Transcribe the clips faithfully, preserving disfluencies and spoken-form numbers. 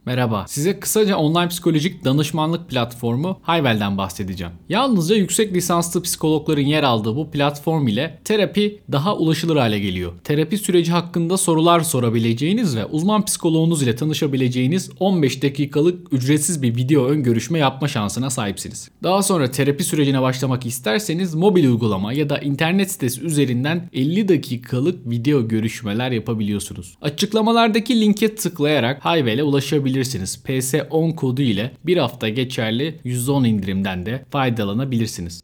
Merhaba, size kısaca online psikolojik danışmanlık platformu Hayvel'den bahsedeceğim. Yalnızca yüksek lisanslı psikologların yer aldığı bu platform ile terapi daha ulaşılır hale geliyor. Terapi süreci hakkında sorular sorabileceğiniz ve uzman psikoloğunuz ile tanışabileceğiniz on beş dakikalık ücretsiz bir video ön görüşme yapma şansına sahipsiniz. Daha sonra terapi sürecine başlamak isterseniz mobil uygulama ya da internet sitesi üzerinden elli dakikalık video görüşmeler yapabiliyorsunuz. Açıklamalardaki linke tıklayarak Hayvel'e ulaşabilirsiniz. P S on kodu ile bir hafta geçerli yüzde on indirimden de faydalanabilirsiniz.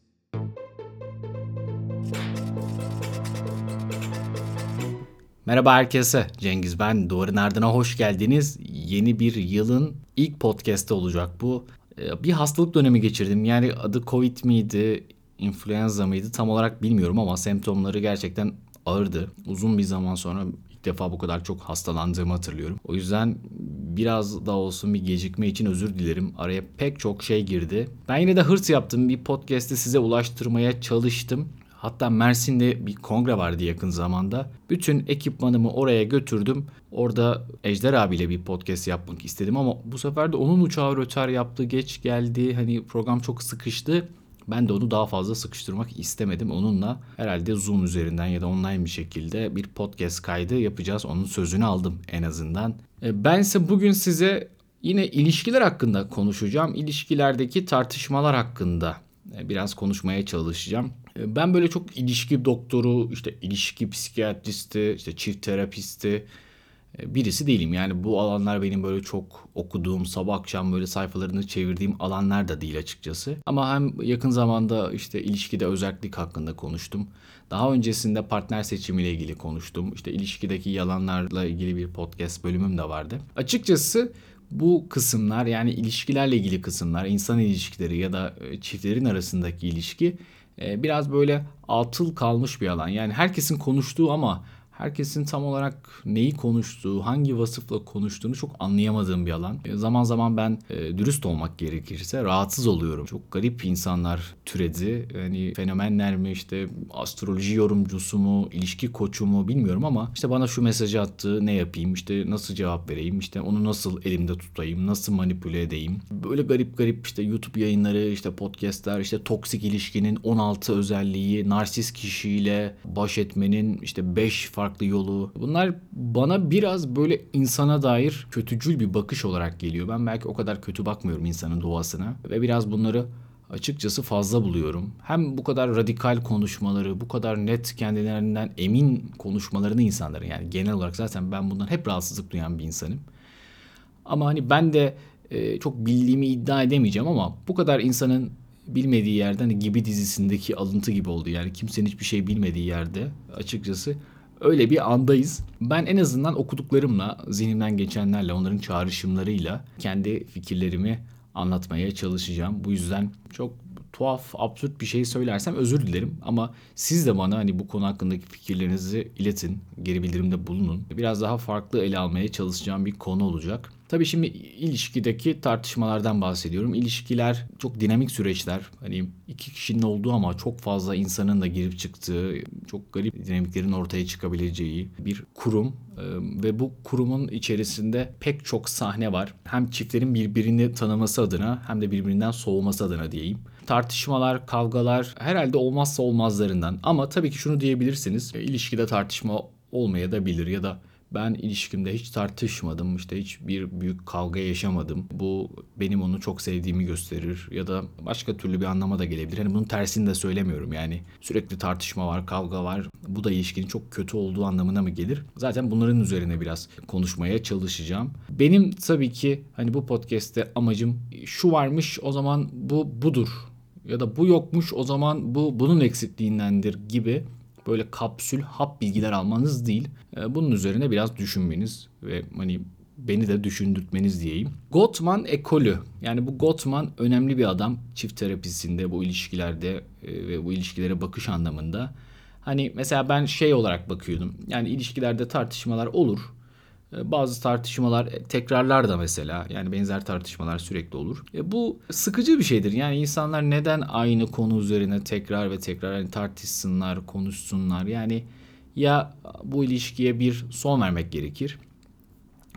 Merhaba herkese, Cengiz ben. Duvarın Ardına hoş geldiniz. Yeni bir yılın ilk podcast'ı olacak bu. Bir hastalık dönemi geçirdim. Yani adı Covid miydi, influenza mıydı tam olarak bilmiyorum ama semptomları gerçekten ağırdı. Uzun bir zaman sonra ilk defa bu kadar çok hastalandığımı hatırlıyorum. O yüzden biraz da olsun bir gecikme için özür dilerim. Araya pek çok şey girdi. Ben yine de hırs yaptım. Bir podcast'i size ulaştırmaya çalıştım. Hatta Mersin'de bir kongre vardı yakın zamanda. Bütün ekipmanımı oraya götürdüm. Orada Ejder abiyle bir podcast yapmak istedim ama bu sefer de onun uçağı rötar yaptı, geç geldi. Hani program çok sıkıştı. Ben de onu daha fazla sıkıştırmak istemedim. Onunla herhalde Zoom üzerinden ya da online bir şekilde bir podcast kaydı yapacağız. Onun sözünü aldım en azından. Ben ise bugün size yine ilişkiler hakkında konuşacağım. İlişkilerdeki tartışmalar hakkında biraz konuşmaya çalışacağım. Ben böyle çok ilişki doktoru, işte ilişki psikiyatristi, işte çift terapisti birisi değilim. Yani bu alanlar benim böyle çok okuduğum, sabah akşam böyle sayfalarını çevirdiğim alanlar da değil açıkçası. Ama hem yakın zamanda işte ilişkide özellik hakkında konuştum. Daha öncesinde partner seçimiyle ilgili konuştum. İşte ilişkideki yalanlarla ilgili bir podcast bölümüm de vardı. Açıkçası bu kısımlar, yani ilişkilerle ilgili kısımlar, insan ilişkileri ya da çiftlerin arasındaki ilişki biraz böyle atıl kalmış bir alan. Yani herkesin konuştuğu ama herkesin tam olarak neyi konuştuğu, hangi vasıfla konuştuğunu çok anlayamadığım bir alan. E, zaman zaman ben e, dürüst olmak gerekirse rahatsız oluyorum. Çok garip insanlar türedi. Yani fenomenler mi, işte astroloji yorumcusu mu, ilişki koçu mu bilmiyorum ama işte bana şu mesajı attı, ne yapayım, işte nasıl cevap vereyim, işte onu nasıl elimde tutayım, nasıl manipüle edeyim. Böyle garip garip işte YouTube yayınları, işte podcastler, işte toksik ilişkinin on altı özelliği, narsist kişiyle baş etmenin işte beş farklı yolu. Bunlar bana biraz böyle insana dair kötücül bir bakış olarak geliyor. Ben belki o kadar kötü bakmıyorum insanın doğasına ve biraz bunları açıkçası fazla buluyorum. Hem bu kadar radikal konuşmaları, bu kadar net kendilerinden emin konuşmalarını insanların, yani genel olarak zaten ben bundan hep rahatsızlık duyan bir insanım. Ama hani ben de e, çok bildiğimi iddia edemeyeceğim ama bu kadar insanın bilmediği yerden Gibi dizisindeki alıntı gibi oldu. Yani kimsenin hiçbir şey bilmediği yerde açıkçası öyle bir andayız. Ben en azından okuduklarımla, zihnimden geçenlerle, onların çağrışımlarıyla kendi fikirlerimi anlatmaya çalışacağım. Bu yüzden çok tuhaf, absürt bir şey söylersem özür dilerim. Ama siz de bana hani bu konu hakkındaki fikirlerinizi iletin, geri bildirimde bulunun. Biraz daha farklı ele almaya çalışacağım bir konu olacak. Tabii şimdi ilişkideki tartışmalardan bahsediyorum. İlişkiler çok dinamik süreçler. Hani iki kişinin olduğu ama çok fazla insanın da girip çıktığı, çok garip dinamiklerin ortaya çıkabileceği bir kurum. Ve bu kurumun içerisinde pek çok sahne var. Hem çiftlerin birbirini tanıması adına hem de birbirinden soğuması adına diyeyim. Tartışmalar, kavgalar herhalde olmazsa olmazlarından. Ama tabii ki şunu diyebilirsiniz. İlişkide tartışma olmaya da bilir ya da ben ilişkimde hiç tartışmadım, işte hiçbir büyük kavga yaşamadım. Bu benim onu çok sevdiğimi gösterir ya da başka türlü bir anlama da gelebilir. Hani bunun tersini de söylemiyorum, yani sürekli tartışma var, kavga var. Bu da ilişkinin çok kötü olduğu anlamına mı gelir? Zaten bunların üzerine biraz konuşmaya çalışacağım. Benim tabii ki hani bu podcast'te amacım şu varmış, o zaman bu budur ya da bu yokmuş, o zaman bu bunun eksikliğindendir gibi böyle kapsül hap bilgiler almanız değil. Bunun üzerine biraz düşünmeniz ve hani beni de düşündürtmeniz diyeyim. Gottman ekolü. Yani bu Gottman önemli bir adam çift terapisinde, bu ilişkilerde ve bu ilişkilere bakış anlamında. Hani mesela ben şey olarak bakıyordum. Yani ilişkilerde tartışmalar olur. Bazı tartışmalar tekrarlar da mesela, yani benzer tartışmalar sürekli olur. E bu sıkıcı bir şeydir. Yani insanlar neden aynı konu üzerine tekrar ve tekrar hani tartışsınlar, konuşsunlar? Yani ya bu ilişkiye bir son vermek gerekir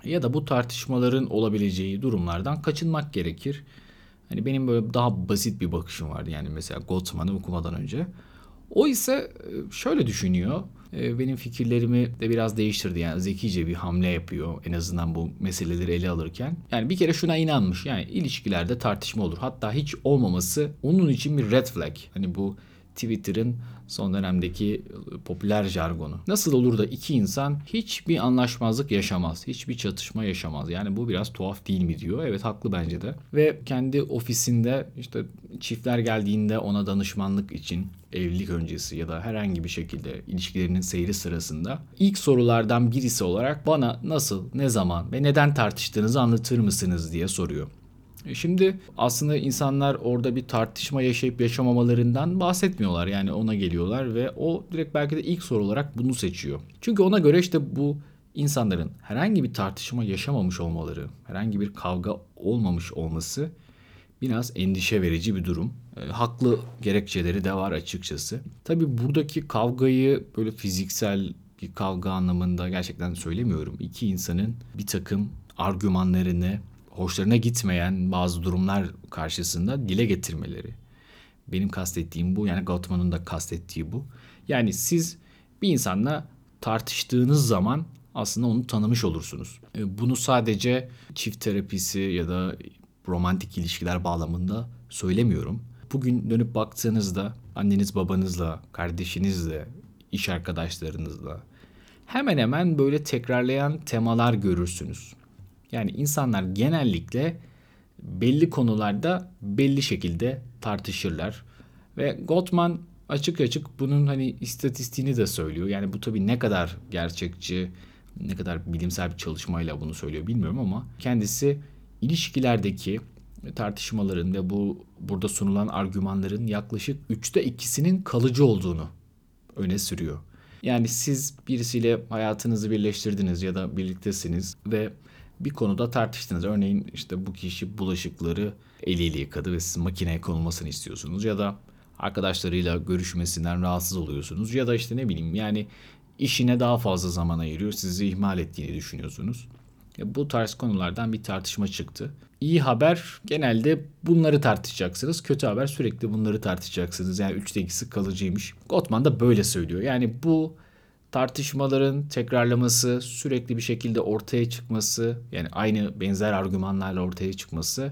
Ya da bu tartışmaların olabileceği durumlardan kaçınmak gerekir. Hani benim böyle daha basit bir bakışım vardı. Yani mesela Gottman'ı okumadan önce. O ise şöyle düşünüyor. Benim fikirlerimi de biraz değiştirdi. Yani zekice bir hamle yapıyor en azından bu meseleleri ele alırken. Yani bir kere şuna inanmış. Yani ilişkilerde tartışma olur. Hatta hiç olmaması onun için bir red flag. Hani bu Twitter'ın son dönemdeki popüler jargonu. Nasıl olur da iki insan hiçbir anlaşmazlık yaşamaz, hiçbir çatışma yaşamaz? Yani bu biraz tuhaf değil mi diyor. Evet, haklı bence de. Ve kendi ofisinde işte çiftler geldiğinde ona danışmanlık için evlilik öncesi ya da herhangi bir şekilde ilişkilerinin seyri sırasında ilk sorulardan birisi olarak bana nasıl, ne zaman ve neden tartıştığınızı anlatır mısınız diye soruyor. Şimdi aslında insanlar orada bir tartışma yaşayıp yaşamamalarından bahsetmiyorlar. Yani ona geliyorlar ve o direkt belki de ilk soru olarak bunu seçiyor. Çünkü ona göre işte bu insanların herhangi bir tartışma yaşamamış olmaları, herhangi bir kavga olmamış olması biraz endişe verici bir durum. E, haklı gerekçeleri de var açıkçası. Tabii buradaki kavgayı böyle fiziksel bir kavga anlamında gerçekten söylemiyorum. İki insanın bir takım argümanlarını hoşlarına gitmeyen bazı durumlar karşısında dile getirmeleri. Benim kastettiğim bu, yani Gottman'ın da kastettiği bu. Yani siz bir insanla tartıştığınız zaman aslında onu tanımış olursunuz. Bunu sadece çift terapisi ya da romantik ilişkiler bağlamında söylemiyorum. Bugün dönüp baktığınızda anneniz babanızla, kardeşinizle, iş arkadaşlarınızla hemen hemen böyle tekrarlayan temalar görürsünüz. Yani insanlar genellikle belli konularda belli şekilde tartışırlar. Ve Gottman açık açık bunun hani istatistiğini de söylüyor. Yani bu tabii ne kadar gerçekçi, ne kadar bilimsel bir çalışmayla bunu söylüyor bilmiyorum ama kendisi ilişkilerdeki tartışmaların ve bu burada sunulan argümanların yaklaşık üçte ikisinin kalıcı olduğunu öne sürüyor. Yani siz birisiyle hayatınızı birleştirdiniz ya da birliktesiniz ve bir konuda tartıştınız. Örneğin işte bu kişi bulaşıkları eliyle yıkadı ve siz makineye konulmasını istiyorsunuz. Ya da arkadaşlarıyla görüşmesinden rahatsız oluyorsunuz. Ya da işte ne bileyim yani işine daha fazla zaman ayırıyor. Sizi ihmal ettiğini düşünüyorsunuz. Bu tarz konulardan bir tartışma çıktı. İyi haber genelde bunları tartışacaksınız. Kötü haber sürekli bunları tartışacaksınız. Yani üçte ikisi kalıcıymış. Gottman da böyle söylüyor. Yani bu tartışmaların tekrarlaması, sürekli bir şekilde ortaya çıkması, yani aynı benzer argümanlarla ortaya çıkması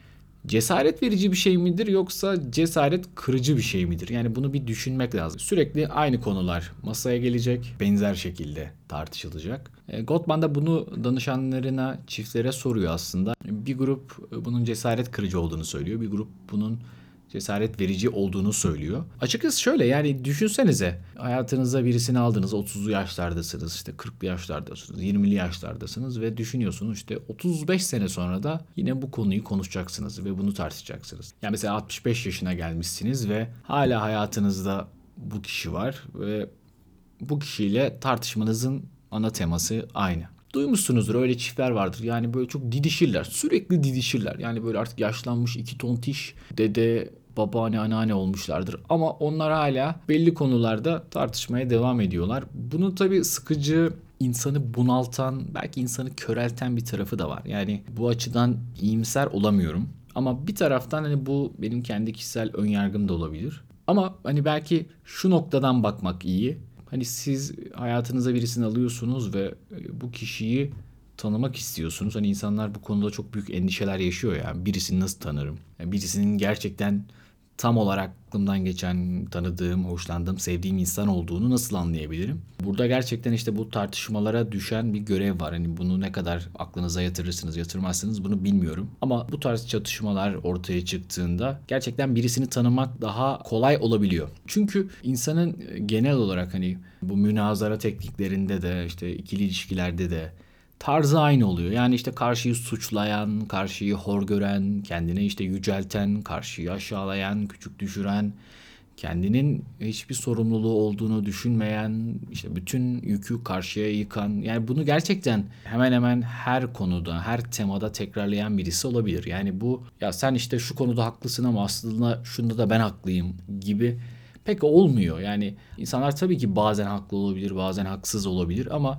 cesaret verici bir şey midir yoksa cesaret kırıcı bir şey midir? Yani bunu bir düşünmek lazım. Sürekli aynı konular masaya gelecek, benzer şekilde tartışılacak. E, Gottman da bunu danışanlarına, çiftlere soruyor aslında. Bir grup bunun cesaret kırıcı olduğunu söylüyor, bir grup bunun cesaret verici olduğunu söylüyor. Açıkçası şöyle, yani düşünsenize hayatınıza birisini aldınız, otuzlu yaşlardasınız, işte kırklı yaşlardasınız, yirmili yaşlardasınız ve düşünüyorsunuz işte otuz beş sene sonra da yine bu konuyu konuşacaksınız ve bunu tartışacaksınız. Yani mesela altmış beş yaşına gelmişsiniz ve hala hayatınızda bu kişi var ve bu kişiyle tartışmanızın ana teması aynı. Duymuşsunuzdur, öyle çiftler vardır. Yani böyle çok didişirler. Sürekli didişirler. Yani böyle artık yaşlanmış iki tontiş dede, babaanne, anneanne olmuşlardır. Ama onlar hala belli konularda tartışmaya devam ediyorlar. Bunun tabii sıkıcı, insanı bunaltan, belki insanı körelten bir tarafı da var. Yani bu açıdan iyimser olamıyorum. Ama bir taraftan hani bu benim kendi kişisel önyargım da olabilir. Ama hani belki şu noktadan bakmak iyi. Hani siz hayatınıza birisini alıyorsunuz ve bu kişiyi tanımak istiyorsunuz. Hani insanlar bu konuda çok büyük endişeler yaşıyor ya. Birisini nasıl tanırım? Yani birisinin gerçekten tam olarak aklımdan geçen, tanıdığım, hoşlandığım, sevdiğim insan olduğunu nasıl anlayabilirim? Burada gerçekten işte bu tartışmalara düşen bir görev var. Hani bunu ne kadar aklınıza yatırırsınız, yatırmazsınız bunu bilmiyorum. Ama bu tarz çatışmalar ortaya çıktığında gerçekten birisini tanımak daha kolay olabiliyor. Çünkü insanın genel olarak hani bu münazara tekniklerinde de işte ikili ilişkilerde de tarzı aynı oluyor. Yani işte karşıyı suçlayan, karşıyı hor gören, kendini işte yücelten, karşıyı aşağılayan, küçük düşüren, kendinin hiçbir sorumluluğu olduğunu düşünmeyen, işte bütün yükü karşıya yıkan. Yani bunu gerçekten hemen hemen her konuda, her temada tekrarlayan birisi olabilir. Yani bu ya sen işte şu konuda haklısın ama aslında şunda da ben haklıyım gibi pek olmuyor. Yani insanlar tabii ki bazen haklı olabilir, bazen haksız olabilir ama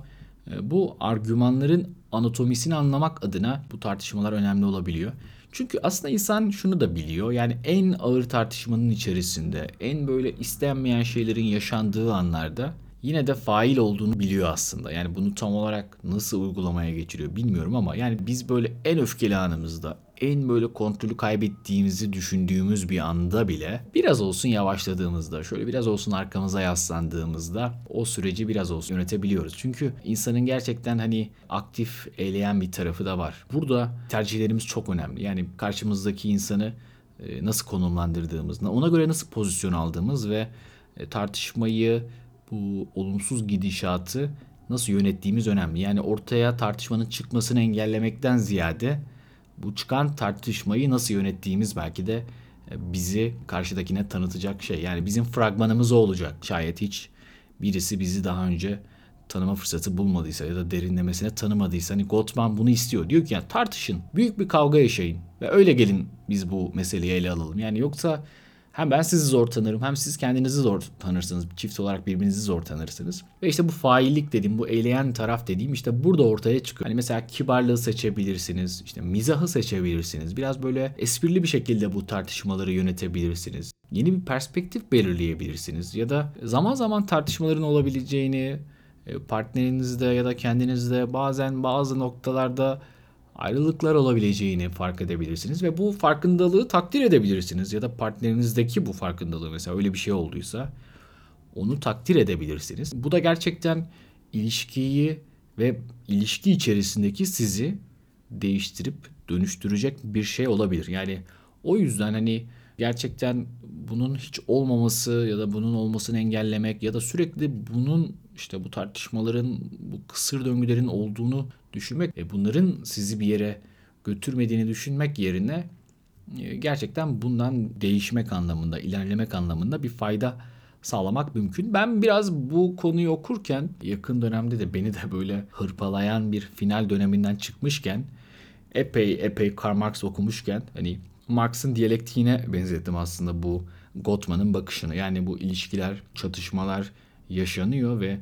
E, Bu argümanların anatomisini anlamak adına bu tartışmalar önemli olabiliyor. Çünkü aslında insan şunu da biliyor. Yani en ağır tartışmanın içerisinde, en böyle istenmeyen şeylerin yaşandığı anlarda yine de fail olduğunu biliyor aslında. Yani bunu tam olarak nasıl uygulamaya geçiriyor bilmiyorum ama yani biz böyle en öfkeli anımızda, en böyle kontrolü kaybettiğimizi düşündüğümüz bir anda bile biraz olsun yavaşladığımızda, şöyle biraz olsun arkamıza yaslandığımızda o süreci biraz olsun yönetebiliyoruz. Çünkü insanın gerçekten hani aktif, eyleyen bir tarafı da var. Burada tercihlerimiz çok önemli. Yani karşımızdaki insanı e, nasıl konumlandırdığımız, ona göre nasıl pozisyon aldığımız ve e, tartışmayı, bu olumsuz gidişatı nasıl yönettiğimiz önemli. Yani ortaya tartışmanın çıkmasını engellemekten ziyade bu çıkan tartışmayı nasıl yönettiğimiz belki de e, bizi karşıdakine tanıtacak şey. Yani bizim fragmanımız o olacak. Şayet hiç birisi bizi daha önce tanıma fırsatı bulmadıysa ya da derinlemesine tanımadıysa, hani Gottman bunu istiyor. Diyor ki yani tartışın, büyük bir kavga yaşayın ve öyle gelin biz bu meseleyi ele alalım. Yani yoksa hem ben sizi zor tanırım hem siz kendinizi zor tanırsınız. Çift olarak birbirinizi zor tanırsınız. Ve işte bu faillik dediğim, bu eyleyen taraf dediğim işte burada ortaya çıkıyor. Hani mesela kibarlığı seçebilirsiniz, işte mizahı seçebilirsiniz. Biraz böyle esprili bir şekilde bu tartışmaları yönetebilirsiniz. Yeni bir perspektif belirleyebilirsiniz. Ya da zaman zaman tartışmaların olabileceğini, partnerinizde ya da kendinizde bazen bazı noktalarda ayrılıklar olabileceğini fark edebilirsiniz ve bu farkındalığı takdir edebilirsiniz ya da partnerinizdeki bu farkındalığı, mesela öyle bir şey olduysa onu takdir edebilirsiniz. Bu da gerçekten ilişkiyi ve ilişki içerisindeki sizi değiştirip dönüştürecek bir şey olabilir. Yani o yüzden hani gerçekten bunun hiç olmaması ya da bunun olmasını engellemek ya da sürekli bunun, işte bu tartışmaların, bu kısır döngülerin olduğunu düşünmek ve bunların sizi bir yere götürmediğini düşünmek yerine e, gerçekten bundan değişmek anlamında, ilerlemek anlamında bir fayda sağlamak mümkün. Ben biraz bu konuyu okurken, yakın dönemde de beni de böyle hırpalayan bir final döneminden çıkmışken, epey epey Karl Marx okumuşken hani Marx'ın diyalektiğine benzettim aslında bu Gottman'ın bakışını. Yani bu ilişkiler, çatışmalar yaşanıyor ve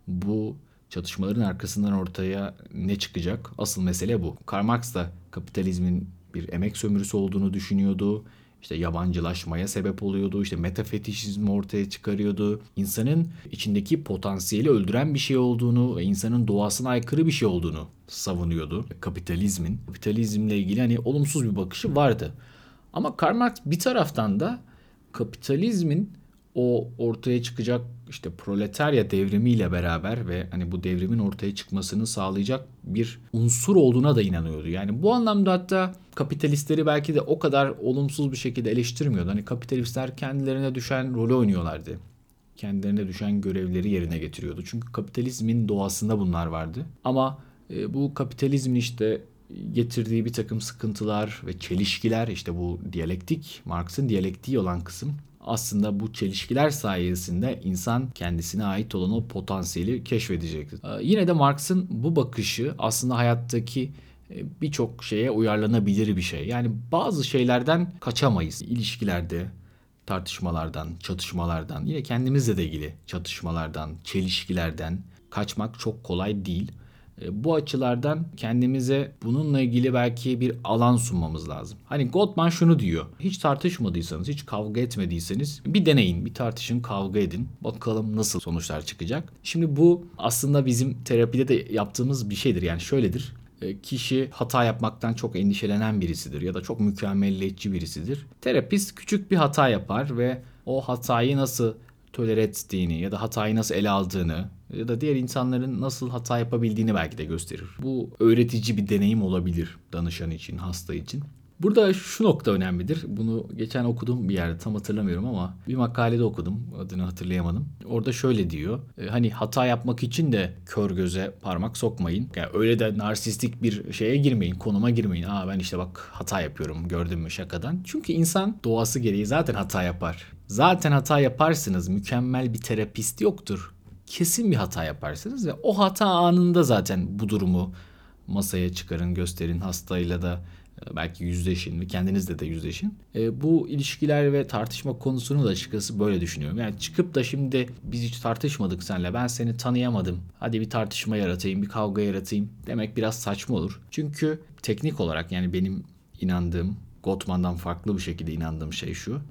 bu çatışmaların arkasından ortaya ne çıkacak? Asıl mesele bu. Karl Marx da kapitalizmin bir emek sömürüsü olduğunu düşünüyordu. İşte yabancılaşmaya sebep oluyordu. İşte metafetişizmi ortaya çıkarıyordu. İnsanın içindeki potansiyeli öldüren bir şey olduğunu ve insanın doğasına aykırı bir şey olduğunu savunuyordu. Kapitalizmin, kapitalizmle ilgili hani olumsuz bir bakışı vardı. Ama Karl Marx bir taraftan da kapitalizmin o ortaya çıkacak işte proletarya devrimiyle beraber ve hani bu devrimin ortaya çıkmasını sağlayacak bir unsur olduğuna da inanıyordu. Yani bu anlamda hatta kapitalistleri belki de o kadar olumsuz bir şekilde eleştirmiyordu. Hani kapitalistler kendilerine düşen rolü oynuyorlardı. Kendilerine düşen görevleri yerine getiriyordu. Çünkü kapitalizmin doğasında bunlar vardı. Ama e, bu kapitalizmin işte getirdiği bir takım sıkıntılar ve çelişkiler, işte bu diyalektik, Marx'ın diyalektiği olan kısım, aslında bu çelişkiler sayesinde insan kendisine ait olan o potansiyeli keşfedecektir. Ee, yine de Marx'ın bu bakışı aslında hayattaki e, birçok şeye uyarlanabilir bir şey. Yani bazı şeylerden kaçamayız. İlişkilerde, tartışmalardan, çatışmalardan, yine kendimizle de ilgili çatışmalardan, çelişkilerden kaçmak çok kolay değil. E, Bu açılardan kendimize bununla ilgili belki bir alan sunmamız lazım. Hani Gottman şunu diyor: hiç tartışmadıysanız, hiç kavga etmediyseniz bir deneyin, bir tartışın, kavga edin. Bakalım nasıl sonuçlar çıkacak. Şimdi bu aslında bizim terapide de yaptığımız bir şeydir. Yani şöyledir: e, kişi hata yapmaktan çok endişelenen birisidir ya da çok mükemmelliyetçi birisidir. Terapist küçük bir hata yapar ve o hatayı nasıl tolere ettiğini ya da hatayı nasıl ele aldığını ya da diğer insanların nasıl hata yapabildiğini belki de gösterir. Bu öğretici bir deneyim olabilir danışan için, hasta için. Burada şu nokta önemlidir. Bunu geçen okudum bir yerde, tam hatırlamıyorum ama bir makalede okudum. Adını hatırlayamadım. Orada şöyle diyor: e, hani hata yapmak için de kör göze parmak sokmayın. Yani öyle de narsistik bir şeye girmeyin, konuma girmeyin. Aa ben işte bak hata yapıyorum, gördün mü şakadan. Çünkü insan doğası gereği zaten hata yapar. Zaten hata yaparsınız. Mükemmel bir terapist yoktur. Kesin bir hata yaparsınız ve o hata anında zaten bu durumu masaya çıkarın, gösterin, hastayla da belki yüzleşin ve kendinizle de yüzleşin. E, bu ilişkiler ve tartışma konusunu da açıkçası böyle düşünüyorum. Yani çıkıp da şimdi biz hiç tartışmadık seninle, ben seni tanıyamadım, hadi bir tartışma yaratayım, bir kavga yaratayım demek biraz saçma olur. Çünkü teknik olarak, yani benim inandığım, Gottman'dan farklı bir şekilde inandığım şey şu: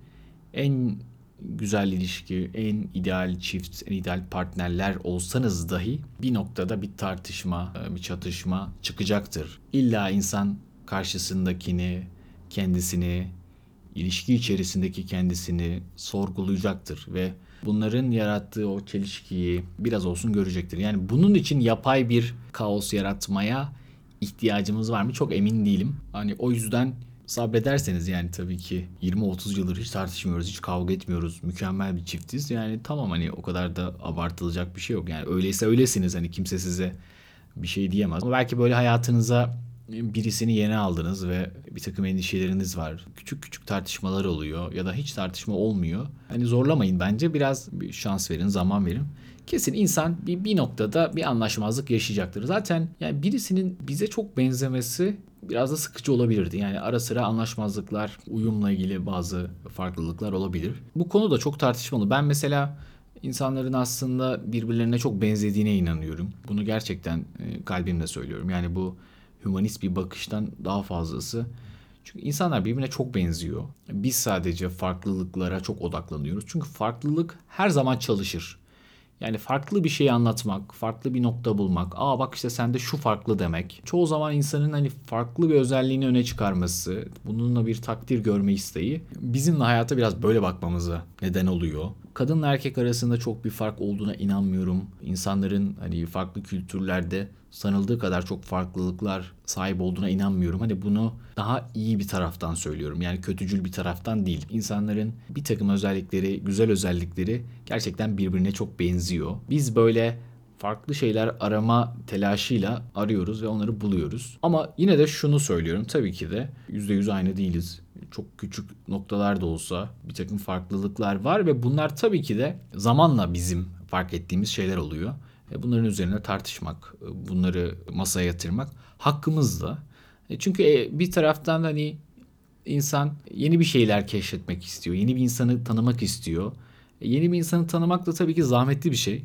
en güzel ilişki, en ideal çift, en ideal partnerler olsanız dahi bir noktada bir tartışma, bir çatışma çıkacaktır. İlla insan karşısındakini, kendisini, ilişki içerisindeki kendisini sorgulayacaktır ve bunların yarattığı o çelişkiyi biraz olsun görecektir. Yani bunun için yapay bir kaos yaratmaya ihtiyacımız var mı? Çok emin değilim. Hani o yüzden sabrederseniz, yani tabii ki yirmi otuz yıldır hiç tartışmıyoruz, hiç kavga etmiyoruz, mükemmel bir çiftiz. Yani tamam, hani o kadar da abartılacak bir şey yok. Yani öyleyse öylesiniz, hani kimse size bir şey diyemez. Ama belki böyle hayatınıza birisini yeni aldınız ve bir takım endişeleriniz var. Küçük küçük tartışmalar oluyor ya da hiç tartışma olmuyor. Hani zorlamayın bence, biraz bir şans verin, zaman verin. Kesin insan bir, bir noktada bir anlaşmazlık yaşayacaktır. Zaten yani birisinin bize çok benzemesi biraz da sıkıcı olabilirdi. Yani ara sıra anlaşmazlıklar, uyumla ilgili bazı farklılıklar olabilir. Bu konu da çok tartışmalı. Ben mesela insanların aslında birbirlerine çok benzediğine inanıyorum. Bunu gerçekten e, kalbimle söylüyorum. Yani bu hümanist bir bakıştan daha fazlası. Çünkü insanlar birbirine çok benziyor. Biz sadece farklılıklara çok odaklanıyoruz. Çünkü farklılık her zaman çalışır. Yani farklı bir şey anlatmak, farklı bir nokta bulmak, aa bak işte sende şu farklı demek. Çoğu zaman insanın hani farklı bir özelliğini öne çıkarması, bununla bir takdir görme isteği bizim de hayata biraz böyle bakmamıza neden oluyor. Kadınla erkek arasında çok bir fark olduğuna inanmıyorum. İnsanların hani farklı kültürlerde sanıldığı kadar çok farklılıklar sahip olduğuna inanmıyorum. Hani bunu daha iyi bir taraftan söylüyorum. Yani kötücül bir taraftan değil. İnsanların bir takım özellikleri, güzel özellikleri gerçekten birbirine çok benziyor. Biz böyle farklı şeyler arama telaşıyla arıyoruz ve onları buluyoruz. Ama yine de şunu söylüyorum. Tabii ki de yüzde yüz aynı değiliz. Çok küçük noktalar da olsa bir takım farklılıklar var ve bunlar tabii ki de zamanla bizim fark ettiğimiz şeyler oluyor. Bunların üzerine tartışmak, bunları masaya yatırmak hakkımız da. Çünkü bir taraftan hani insan yeni bir şeyler keşfetmek istiyor, yeni bir insanı tanımak istiyor. Yeni bir insanı tanımak da tabii ki zahmetli bir şey.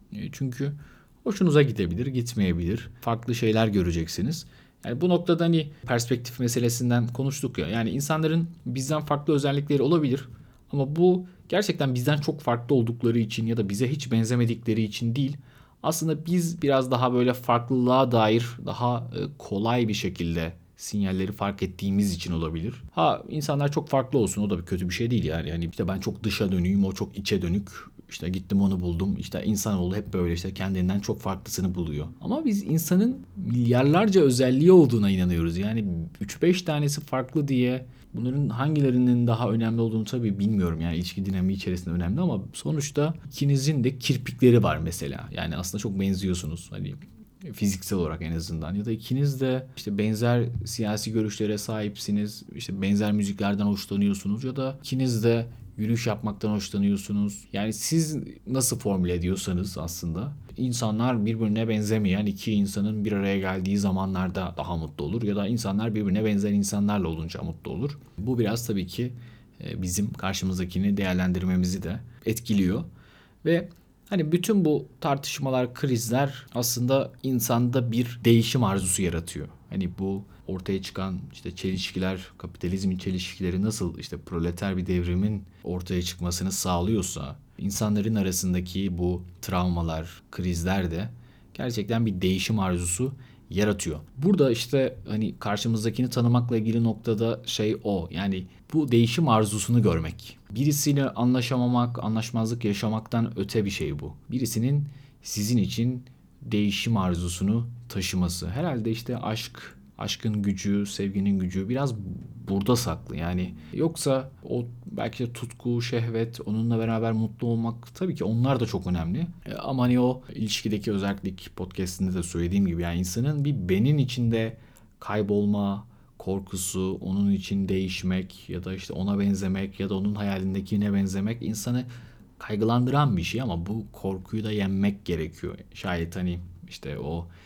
Çünkü hoşunuza gidebilir, gitmeyebilir. Farklı şeyler göreceksiniz. Yani bu noktada hani perspektif meselesinden konuştuk ya. Yani insanların bizden farklı özellikleri olabilir. Ama bu gerçekten bizden çok farklı oldukları için ya da bize hiç benzemedikleri için değil. Aslında biz biraz daha böyle farklılığa dair daha kolay bir şekilde sinyalleri fark ettiğimiz için olabilir. Ha, insanlar çok farklı olsun, o da bir kötü bir şey değil yani. Yani işte ben çok dışa dönüyüm, o çok içe dönük. İşte gittim onu buldum. İşte insanoğlu hep böyle işte kendinden çok farklısını buluyor. Ama biz insanın milyarlarca özelliği olduğuna inanıyoruz. Yani üç beş tanesi farklı diye bunların hangilerinin daha önemli olduğunu tabii bilmiyorum. Yani ilişki dinamiği içerisinde önemli ama sonuçta ikinizin de kirpikleri var mesela. Yani aslında çok benziyorsunuz. Hani fiziksel olarak en azından, ya da ikiniz de işte benzer siyasi görüşlere sahipsiniz, işte benzer müziklerden hoşlanıyorsunuz ya da ikiniz de yürüyüş yapmaktan hoşlanıyorsunuz. Yani siz nasıl formüle ediyorsanız aslında insanlar birbirine benzemeyen iki insanın bir araya geldiği zamanlarda daha mutlu olur ya da insanlar birbirine benzer insanlarla olunca mutlu olur. Bu biraz tabii ki bizim karşımızdakini değerlendirmemizi de etkiliyor ve hani bütün bu tartışmalar, krizler aslında insanda bir değişim arzusu yaratıyor. Hani bu ortaya çıkan işte çelişkiler, kapitalizmin çelişkileri nasıl işte proleter bir devrimin ortaya çıkmasını sağlıyorsa, insanların arasındaki bu travmalar, krizler de gerçekten bir değişim arzusu yaratıyor. Burada işte hani karşımızdakini tanımakla ilgili noktada şey o. Yani bu değişim arzusunu görmek. Birisiyle anlaşamamak, anlaşmazlık yaşamaktan öte bir şey bu. Birisinin sizin için değişim arzusunu taşıması. Herhalde işte aşk, aşkın gücü, sevginin gücü biraz burada saklı. Yani yoksa o belki de tutku, şehvet, onunla beraber mutlu olmak, tabii ki onlar da çok önemli. Ama hani o ilişkideki, özellikle podcast'inde de söylediğim gibi, yani insanın bir benin içinde kaybolma korkusu, onun için değişmek ya da işte ona benzemek ya da onun hayalindekine benzemek insanı kaygılandıran bir şey ama bu korkuyu da yenmek gerekiyor. Şayet hani işte o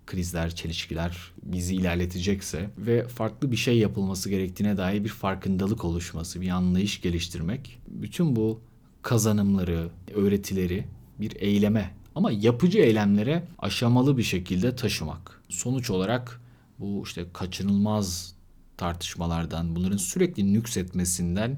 krizler, çelişkiler bizi ilerletecekse ve farklı bir şey yapılması gerektiğine dair bir farkındalık oluşması, bir anlayış geliştirmek, bütün bu kazanımları, öğretileri bir eyleme ama yapıcı eylemlere aşamalı bir şekilde taşımak. Sonuç olarak bu işte kaçınılmaz tartışmalardan, bunların sürekli nüksetmesinden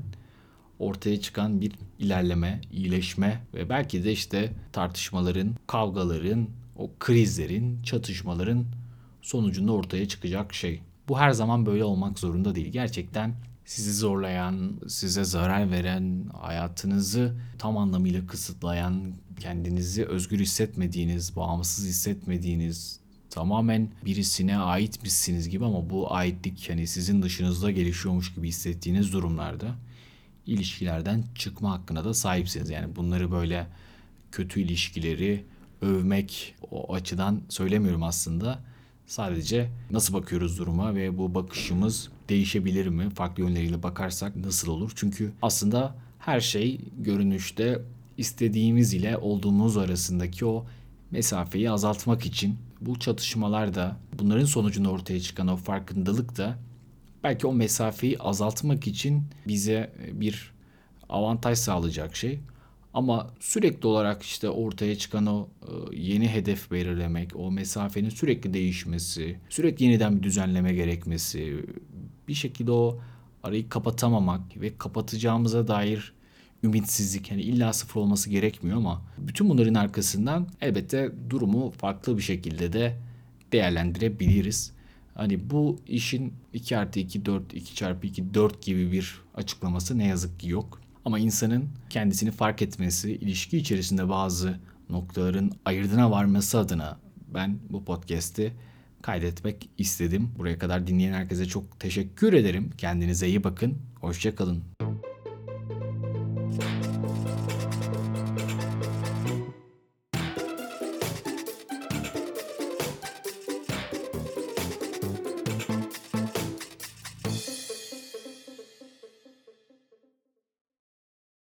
ortaya çıkan bir ilerleme, iyileşme ve belki de işte tartışmaların, kavgaların, o krizlerin, çatışmaların sonucunda ortaya çıkacak şey. Bu her zaman böyle olmak zorunda değil. Gerçekten sizi zorlayan, size zarar veren, hayatınızı tam anlamıyla kısıtlayan, kendinizi özgür hissetmediğiniz, bağımsız hissetmediğiniz, tamamen birisine aitmişsiniz gibi ama bu aitlik hani sizin dışınızda gelişiyormuş gibi hissettiğiniz durumlarda ilişkilerden çıkma hakkına da sahipsiniz. Yani bunları böyle kötü ilişkileri övmek o açıdan söylemiyorum aslında. Sadece nasıl bakıyoruz duruma ve bu bakışımız değişebilir mi? Farklı yönleriyle bakarsak nasıl olur? Çünkü aslında her şey görünüşte istediğimiz ile olduğumuz arasındaki o mesafeyi azaltmak için bu çatışmalar da bunların sonucunda ortaya çıkan o farkındalık da belki o mesafeyi azaltmak için bize bir avantaj sağlayacak şey. Ama sürekli olarak işte ortaya çıkan o e, yeni hedef belirlemek, o mesafenin sürekli değişmesi, sürekli yeniden bir düzenleme gerekmesi, bir şekilde o arayı kapatamamak ve kapatacağımıza dair ümitsizlik, yani illa sıfır olması gerekmiyor ama bütün bunların arkasından elbette durumu farklı bir şekilde de değerlendirebiliriz. Hani bu işin iki artı iki dört, iki çarpı iki dört gibi bir açıklaması ne yazık ki yok. Ama insanın kendisini fark etmesi, ilişki içerisinde bazı noktaların ayırdına varması adına ben bu podcast'i kaydetmek istedim. Buraya kadar dinleyen herkese çok teşekkür ederim. Kendinize iyi bakın. Hoşça kalın.